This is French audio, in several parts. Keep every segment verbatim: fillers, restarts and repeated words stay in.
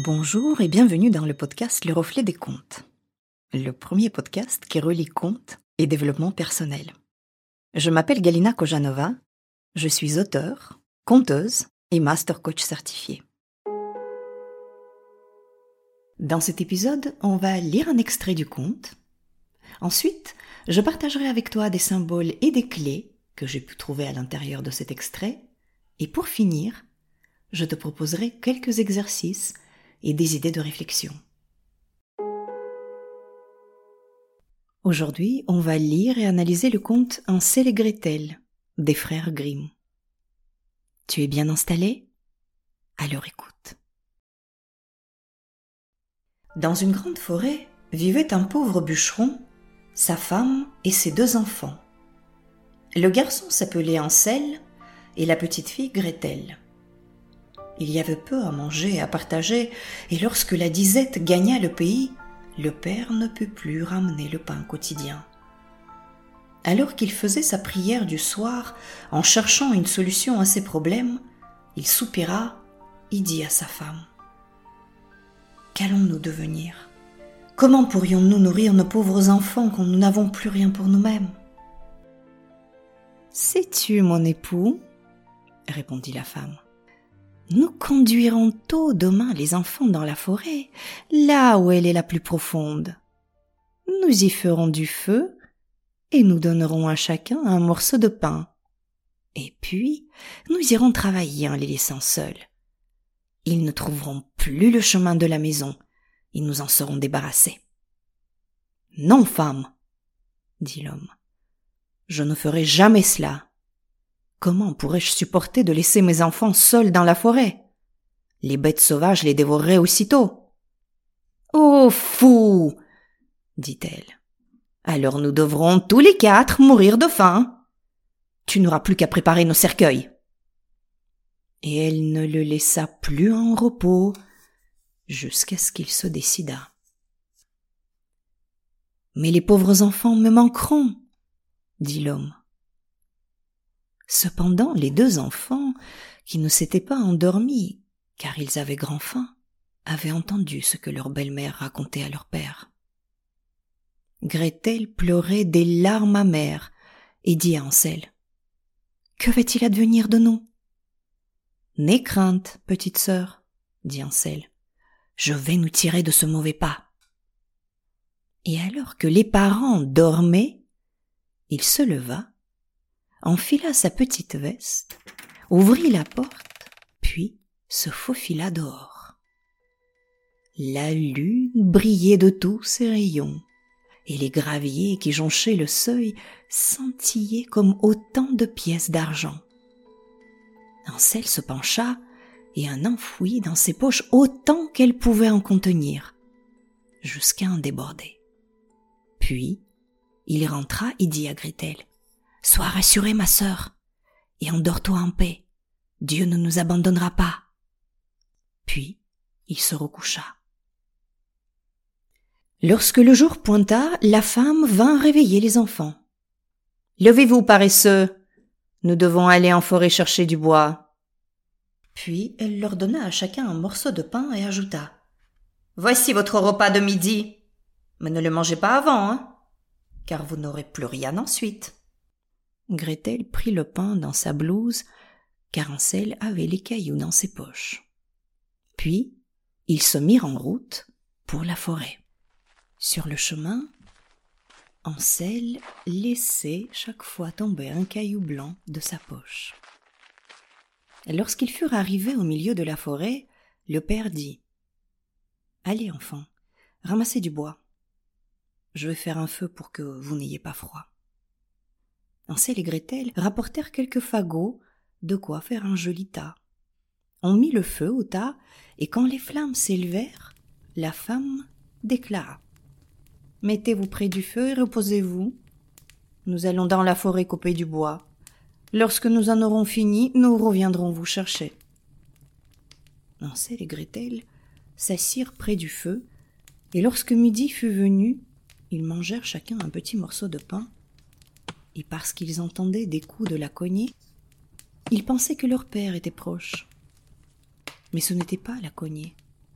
Bonjour et bienvenue dans le podcast Le Reflet des Contes, le premier podcast qui relie contes et développement personnel. Je m'appelle Galina Kojanova, je suis auteure, conteuse et master coach certifié. Dans cet épisode, on va lire un extrait du conte. Ensuite, je partagerai avec toi des symboles et des clés que j'ai pu trouver à l'intérieur de cet extrait. Et pour finir, je te proposerai quelques exercices et des idées de réflexion. Aujourd'hui, on va lire et analyser le conte Hansel et Gretel des frères Grimm. Tu es bien installé ? Alors écoute. Dans une grande forêt vivait un pauvre bûcheron, sa femme et ses deux enfants. Le garçon s'appelait Hansel et la petite fille Gretel. Il y avait peu à manger et à partager, et lorsque la disette gagna le pays, le père ne put plus ramener le pain quotidien. Alors qu'il faisait sa prière du soir, en cherchant une solution à ses problèmes, il soupira et dit à sa femme : « Qu'allons-nous devenir ? Comment pourrions-nous nourrir nos pauvres enfants quand nous n'avons plus rien pour nous-mêmes ? » ?»« Sais-tu, mon époux, répondit la femme, nous conduirons tôt demain les enfants dans la forêt, là où elle est la plus profonde. Nous y ferons du feu et nous donnerons à chacun un morceau de pain. Et puis, nous irons travailler en les laissant seuls. Ils ne trouveront plus le chemin de la maison et nous en serons débarrassés. « Non, femme, dit l'homme, je ne ferai jamais cela. Comment pourrais-je supporter de laisser mes enfants seuls dans la forêt ? Les bêtes sauvages les dévoreraient aussitôt. »« Oh, fou !» dit-elle. « Alors nous devrons tous les quatre mourir de faim. Tu n'auras plus qu'à préparer nos cercueils. » Et elle ne le laissa plus en repos jusqu'à ce qu'il se décidât. « Mais les pauvres enfants me manqueront, dit l'homme. Cependant, les deux enfants, qui ne s'étaient pas endormis, car ils avaient grand faim, avaient entendu ce que leur belle-mère racontait à leur père. Gretel pleurait des larmes amères et dit à Hansel : « Que va-t-il advenir de nous ? » ?»« N'aie crainte, petite sœur, dit Hansel, je vais nous tirer de ce mauvais pas. Et alors que les parents dormaient, il se leva, enfila sa petite veste, ouvrit la porte, puis se faufila dehors. La lune brillait de tous ses rayons, et les graviers qui jonchaient le seuil scintillaient comme autant de pièces d'argent. Hansel se pencha et en enfouit dans ses poches autant qu'elle pouvait en contenir, jusqu'à en déborder. Puis, il rentra et dit à Gretel : « Sois rassurée, ma sœur, et endors-toi en paix. Dieu ne nous abandonnera pas. » Puis, il se recoucha. Lorsque le jour pointa, la femme vint réveiller les enfants. « Levez-vous, paresseux, nous devons aller en forêt chercher du bois. » Puis, elle leur donna à chacun un morceau de pain et ajouta : « Voici votre repas de midi, mais ne le mangez pas avant, hein, car vous n'aurez plus rien ensuite. » Gretel prit le pain dans sa blouse, car Hansel avait les cailloux dans ses poches. Puis, ils se mirent en route pour la forêt. Sur le chemin, Hansel laissait chaque fois tomber un caillou blanc de sa poche. Lorsqu'ils furent arrivés au milieu de la forêt, le père dit : « Allez, enfants, ramassez du bois. Je vais faire un feu pour que vous n'ayez pas froid. » Hansel et Gretel rapportèrent quelques fagots, de quoi faire un joli tas. On mit le feu au tas, et quand les flammes s'élevèrent, la femme déclara : « Mettez-vous près du feu et reposez-vous. Nous allons dans la forêt couper du bois. Lorsque nous en aurons fini, nous reviendrons vous chercher. » Hansel et Gretel s'assirent près du feu, et lorsque midi fut venu, ils mangèrent chacun un petit morceau de pain, et parce qu'ils entendaient des coups de la cognée, ils pensaient que leur père était proche. Mais ce n'était pas la cognée,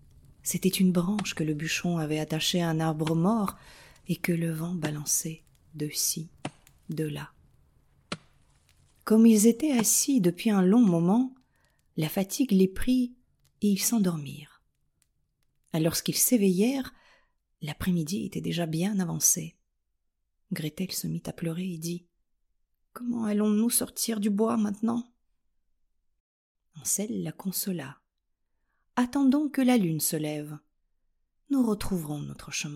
C'était une branche que le bûcheron avait attachée à un arbre mort et que le vent balançait de ci, de là. Comme ils étaient assis depuis un long moment, la fatigue les prit et ils s'endormirent. Lorsqu'ils s'éveillèrent, l'après-midi était déjà bien avancé. Gretel se mit à pleurer et dit « Comment allons-nous sortir du bois maintenant ?» Hansel la consola. « Attendons que la lune se lève. Nous retrouverons notre chemin. »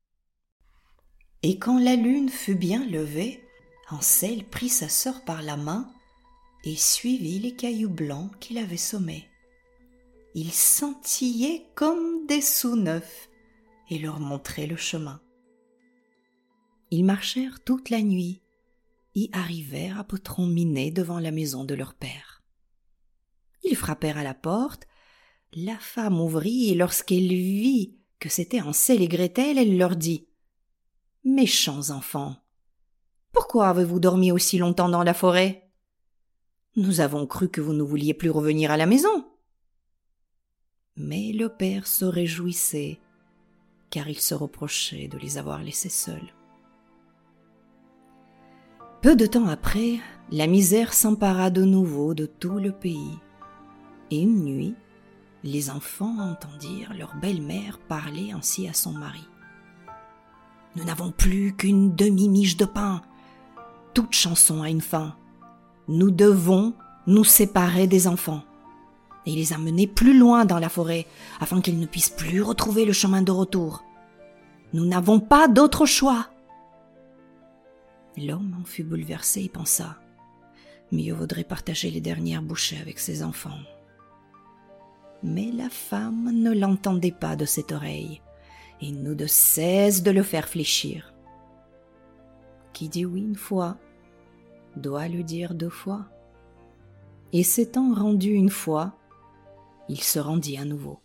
Et quand la lune fut bien levée, Hansel prit sa sœur par la main et suivit les cailloux blancs qu'il avait semés. Il scintillait comme des sous neufs et leur montrait le chemin. Ils marchèrent toute la nuit et arrivèrent à Potron-Minet devant la maison de leur père. Ils frappèrent à la porte. La femme ouvrit et lorsqu'elle vit que c'était Hansel et Gretel, elle leur dit « Méchants enfants, pourquoi avez-vous dormi aussi longtemps dans la forêt ? Nous avons cru que vous ne vouliez plus revenir à la maison. » Mais le père se réjouissait, car il se reprochait de les avoir laissés seuls. Peu de temps après, la misère s'empara de nouveau de tout le pays. Et une nuit, les enfants entendirent leur belle-mère parler ainsi à son mari. « Nous n'avons plus qu'une demi-miche de pain. Toute chanson a une fin. Nous devons nous séparer des enfants et les amener plus loin dans la forêt afin qu'ils ne puissent plus retrouver le chemin de retour. Nous n'avons pas d'autre choix. » L'homme en fut bouleversé et pensa « Mieux vaudrait partager les dernières bouchées avec ses enfants. » Mais la femme ne l'entendait pas de cette oreille et n'eut de cesse de le faire fléchir. Qui dit oui une fois, doit le dire deux fois. Et s'étant rendu une fois, il se rendit à nouveau.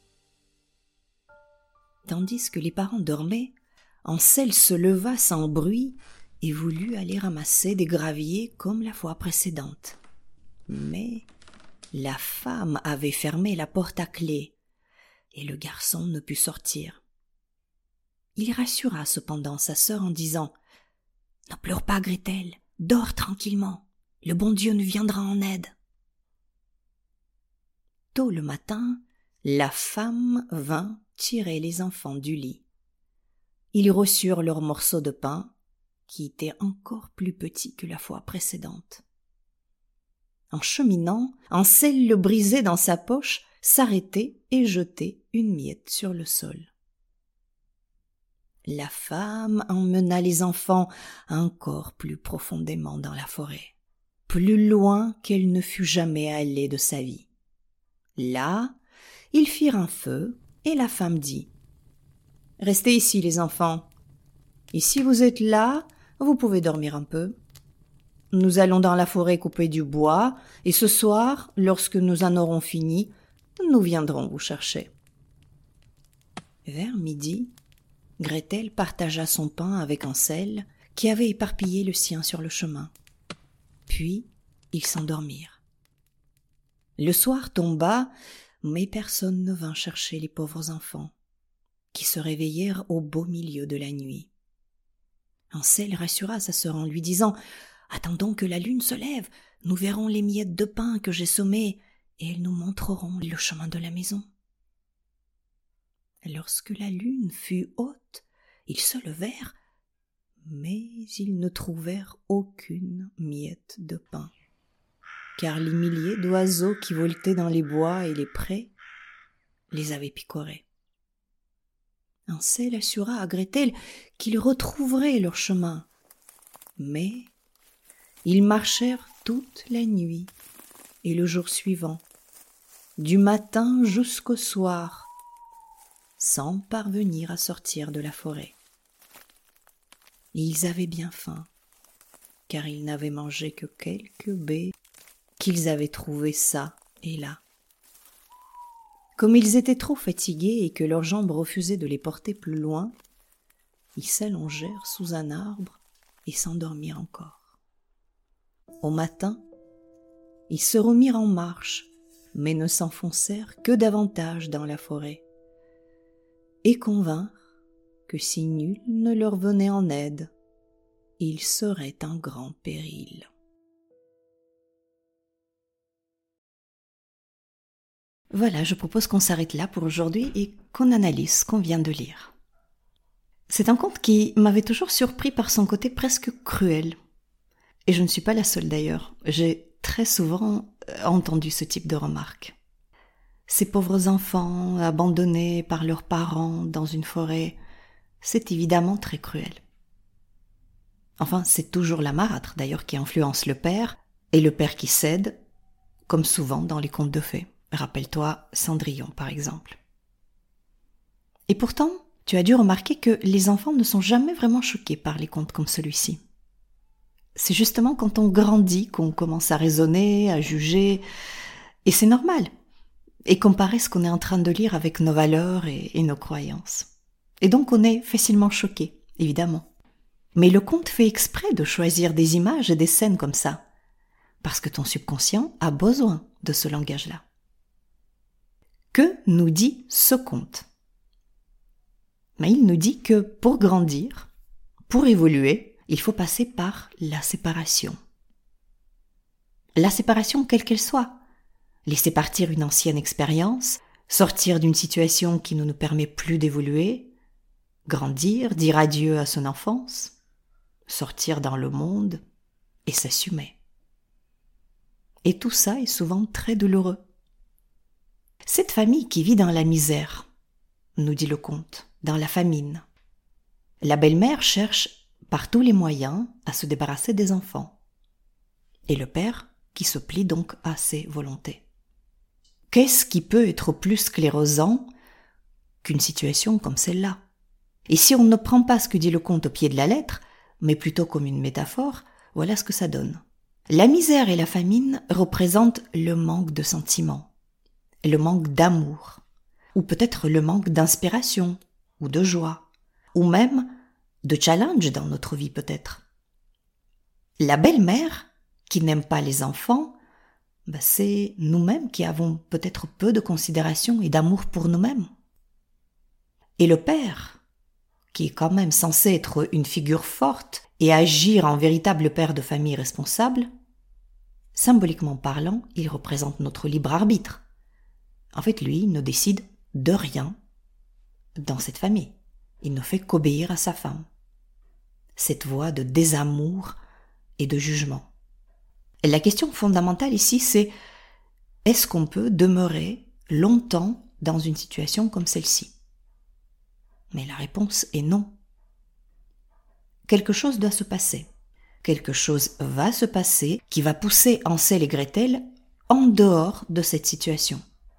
Tandis que les parents dormaient, Hansel se leva sans bruit et voulut aller ramasser des graviers comme la fois précédente. Mais la femme avait fermé la porte à clé et le garçon ne put sortir. Il rassura cependant sa sœur en disant « Ne pleure pas, Gretel, dors tranquillement, le bon Dieu nous viendra en aide. » Tôt le matin, la femme vint tirer les enfants du lit. Ils reçurent leurs morceaux de pain, qui étaient encore plus petits que la fois précédente. En cheminant, Hansel le brisait dans sa poche, s'arrêtait et jetait une miette sur le sol. La femme emmena les enfants encore plus profondément dans la forêt, plus loin qu'elle ne fût jamais allée de sa vie. Là, ils firent un feu et la femme dit « Restez ici les enfants, et si vous êtes là, vous pouvez dormir un peu. Nous allons dans la forêt couper du bois, et ce soir, lorsque nous en aurons fini, nous viendrons vous chercher. » Vers midi, Gretel partagea son pain avec Hansel, qui avait éparpillé le sien sur le chemin. Puis, ils s'endormirent. Le soir tomba, mais personne ne vint chercher les pauvres enfants, qui se réveillèrent au beau milieu de la nuit. Hansel rassura sa sœur en lui disant « Attendons que la lune se lève, nous verrons les miettes de pain que j'ai semées, et elles nous montreront le chemin de la maison. » Lorsque la lune fut haute, ils se levèrent, mais ils ne trouvèrent aucune miette de pain, car les milliers d'oiseaux qui voletaient dans les bois et les prés les avaient picorés. Hansel assura à Gretel qu'ils retrouveraient leur chemin, mais ils marchèrent toute la nuit et le jour suivant, du matin jusqu'au soir, sans parvenir à sortir de la forêt. Et ils avaient bien faim, car ils n'avaient mangé que quelques baies qu'ils avaient trouvées çà et là. Comme ils étaient trop fatigués et que leurs jambes refusaient de les porter plus loin, ils s'allongèrent sous un arbre et s'endormirent encore. Au matin, ils se remirent en marche, mais ne s'enfoncèrent que davantage dans la forêt. et convinrent que si nul ne leur venait en aide, ils seraient en grand péril. Voilà, je propose qu'on s'arrête là pour aujourd'hui et qu'on analyse ce qu'on vient de lire. C'est un conte qui m'avait toujours surpris par son côté presque cruel. Et je ne suis pas la seule d'ailleurs. J'ai très souvent entendu ce type de remarques. Ces pauvres enfants abandonnés par leurs parents dans une forêt, c'est évidemment très cruel. Enfin, c'est toujours la marâtre d'ailleurs qui influence le père, et le père qui cède, comme souvent dans les contes de fées. Rappelle-toi Cendrillon par exemple. Et pourtant, tu as dû remarquer que les enfants ne sont jamais vraiment choqués par les contes comme celui-ci. C'est justement quand on grandit qu'on commence à raisonner, à juger, et c'est normal, et comparer ce qu'on est en train de lire avec nos valeurs et, et nos croyances. Et donc on est facilement choqué, évidemment. Mais le conte fait exprès de choisir des images et des scènes comme ça, parce que ton subconscient a besoin de ce langage-là. Que nous dit ce conte ? Mais il nous dit que pour grandir, pour évoluer, il faut passer par la séparation. La séparation quelle qu'elle soit. Laisser partir une ancienne expérience, sortir d'une situation qui ne nous permet plus d'évoluer, grandir, dire adieu à son enfance, sortir dans le monde et s'assumer. Et tout ça est souvent très douloureux. Cette famille qui vit dans la misère, nous dit le conte, dans la famine. La belle-mère cherche par tous les moyens à se débarrasser des enfants. Et le père qui se plie donc à ses volontés. Qu'est-ce qui peut être plus sclérosant qu'une situation comme celle-là ? Et si on ne prend pas ce que dit le conte au pied de la lettre, mais plutôt comme une métaphore, voilà ce que ça donne. La misère et la famine représentent le manque de sentiments, le manque d'amour, ou peut-être le manque d'inspiration, ou de joie, ou même de challenge dans notre vie peut-être. La belle-mère, qui n'aime pas les enfants, ben c'est nous-mêmes qui avons peut-être peu de considération et d'amour pour nous-mêmes. Et le père, qui est quand même censé être une figure forte et agir en véritable père de famille responsable, symboliquement parlant, il représente notre libre arbitre. En fait, lui, il ne décide de rien dans cette famille. Il ne fait qu'obéir à sa femme. Cette voie de désamour et de jugement. Et la question fondamentale ici, c'est est-ce qu'on peut demeurer longtemps dans une situation comme celle-ci ? Mais la réponse est non. Quelque chose doit se passer. Quelque chose va se passer qui va pousser Hansel et Gretel en dehors de cette situation.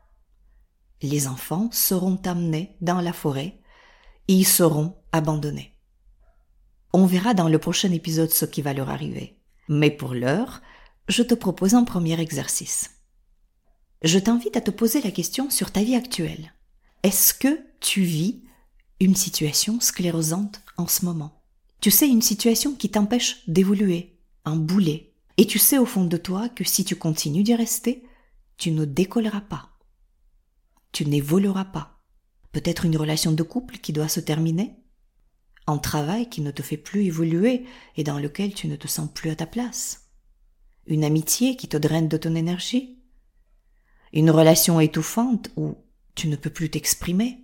Les enfants seront amenés dans la forêt et ils seront abandonnés. On verra dans le prochain épisode ce qui va leur arriver. Mais pour l'heure, je te propose un premier exercice. Je t'invite à te poser la question sur ta vie actuelle. Est-ce que tu vis une situation sclérosante en ce moment? Tu sais, une situation qui t'empêche d'évoluer, un boulet. Et tu sais au fond de toi que si tu continues d'y rester, tu ne décolleras pas. Tu n'évolueras pas. Peut-être une relation de couple qui doit se terminer, un travail qui ne te fait plus évoluer et dans lequel tu ne te sens plus à ta place, une amitié qui te draine de ton énergie, une relation étouffante où tu ne peux plus t'exprimer.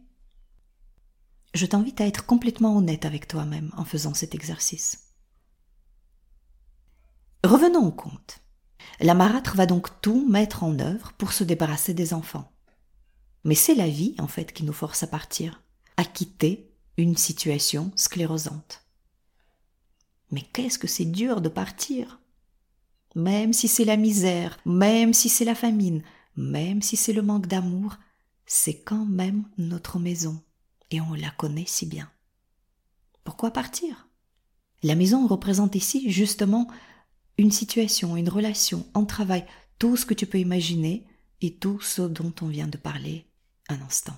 Je t'invite à être complètement honnête avec toi-même en faisant cet exercice. Revenons au conte. La marâtre va donc tout mettre en œuvre pour se débarrasser des enfants. Mais c'est la vie, en fait, qui nous force à partir, à quitter une situation sclérosante. Mais qu'est-ce que c'est dur de partir ? Même si c'est la misère, même si c'est la famine, même si c'est le manque d'amour, c'est quand même notre maison. Et on la connaît si bien. Pourquoi partir ? La maison représente ici, justement, une situation, une relation, un travail, tout ce que tu peux imaginer et tout ce dont on vient de parler un instant.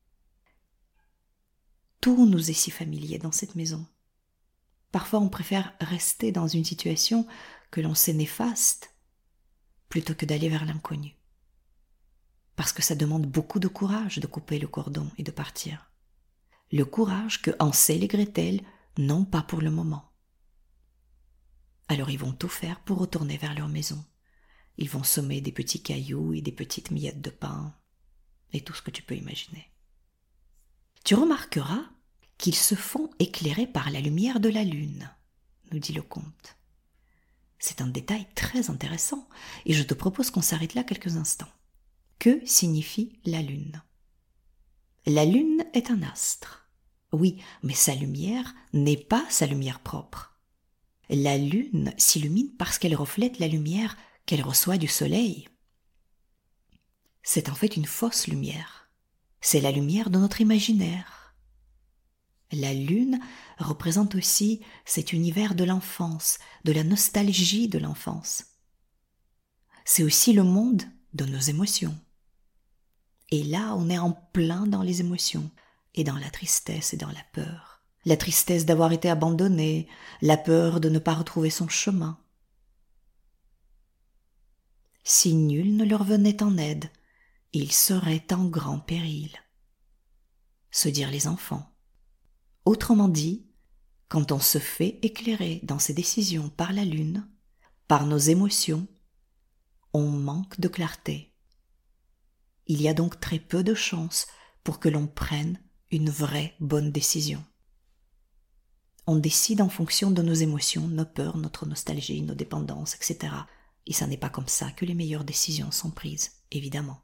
Tout nous est si familier dans cette maison. Parfois, on préfère rester dans une situation que l'on sait néfaste plutôt que d'aller vers l'inconnu. Parce que ça demande beaucoup de courage de couper le cordon et de partir. le courage que Hansel et Gretel n'ont pas pour le moment. Alors ils vont tout faire pour retourner vers leur maison. Ils vont semer des petits cailloux et des petites miettes de pain, et tout ce que tu peux imaginer. Tu remarqueras qu'ils se font éclairer par la lumière de la lune, nous dit le conte. C'est un détail très intéressant, et je te propose qu'on s'arrête là quelques instants. Que signifie la lune ? La lune est un astre. Oui, mais sa lumière n'est pas sa lumière propre. La lune s'illumine parce qu'elle reflète la lumière qu'elle reçoit du soleil. C'est en fait une fausse lumière. C'est la lumière de notre imaginaire. La lune représente aussi cet univers de l'enfance, de la nostalgie de l'enfance. C'est aussi le monde de nos émotions. Et là, on est en plein dans les émotions, et dans la tristesse et dans la peur. La tristesse d'avoir été abandonné, la peur de ne pas retrouver son chemin. Si nul ne leur venait en aide, ils seraient en grand péril. Se dirent les enfants. Autrement dit, quand on se fait éclairer dans ses décisions par la lune, par nos émotions, on manque de clarté. Il y a donc très peu de chances pour que l'on prenne une vraie bonne décision. On décide en fonction de nos émotions, nos peurs, notre nostalgie, nos dépendances, et cetera. Et ça n'est pas comme ça que les meilleures décisions sont prises, évidemment.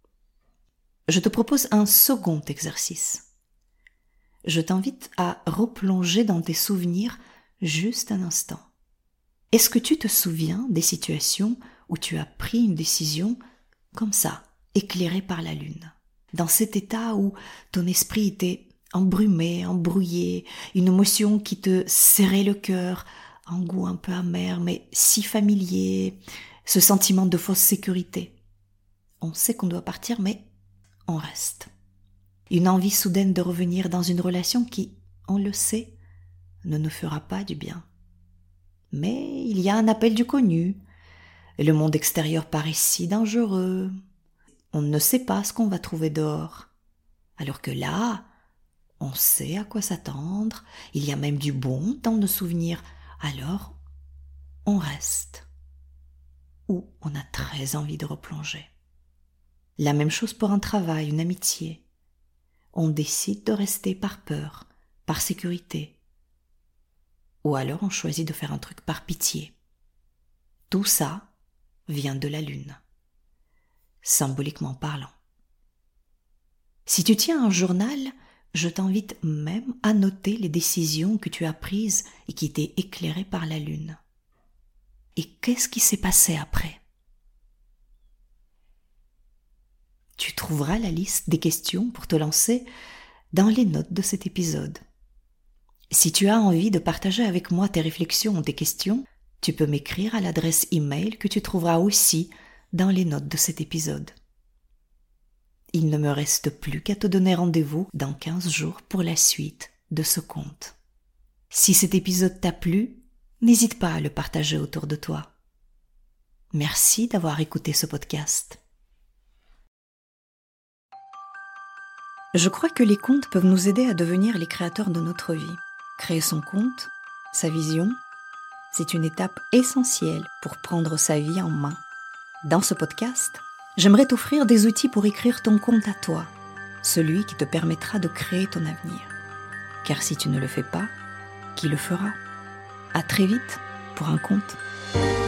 Je te propose un second exercice. Je t'invite à replonger dans tes souvenirs juste un instant. Est-ce que tu te souviens des situations où tu as pris une décision comme ça, éclairée par la lune, dans cet état où ton esprit était embrumé, embrouillé, une émotion qui te serrait le cœur, un goût un peu amer, mais si familier, ce sentiment de fausse sécurité. On sait qu'on doit partir, mais on reste. Une envie soudaine de revenir dans une relation qui, on le sait, ne nous fera pas du bien. Mais il y a un appel du connu. Le monde extérieur paraît si dangereux. On ne sait pas ce qu'on va trouver dehors. Alors que là, on sait à quoi s'attendre. Il y a même du bon dans nos souvenirs. Alors, on reste. Ou on a très envie de replonger. La même chose pour un travail, une amitié. On décide de rester par peur, par sécurité. Ou alors on choisit de faire un truc par pitié. Tout ça vient de la lune, symboliquement parlant. Si tu tiens un journal, je t'invite même à noter les décisions que tu as prises et qui étaient éclairées par la lune. Et qu'est-ce qui s'est passé après ? Tu trouveras la liste des questions pour te lancer dans les notes de cet épisode. Si tu as envie de partager avec moi tes réflexions ou tes questions, tu peux m'écrire à l'adresse email que tu trouveras aussi dans les notes de cet épisode. Il ne me reste plus qu'à te donner rendez-vous dans quinze jours pour la suite de ce conte. Si cet épisode t'a plu, n'hésite pas à le partager autour de toi. Merci d'avoir écouté ce podcast. Je crois que les contes peuvent nous aider à devenir les créateurs de notre vie. Créer son conte, sa vision, c'est une étape essentielle pour prendre sa vie en main. Dans ce podcast, j'aimerais t'offrir des outils pour écrire ton conte à toi, celui qui te permettra de créer ton avenir. Car si tu ne le fais pas, qui le fera ? À très vite pour un conte.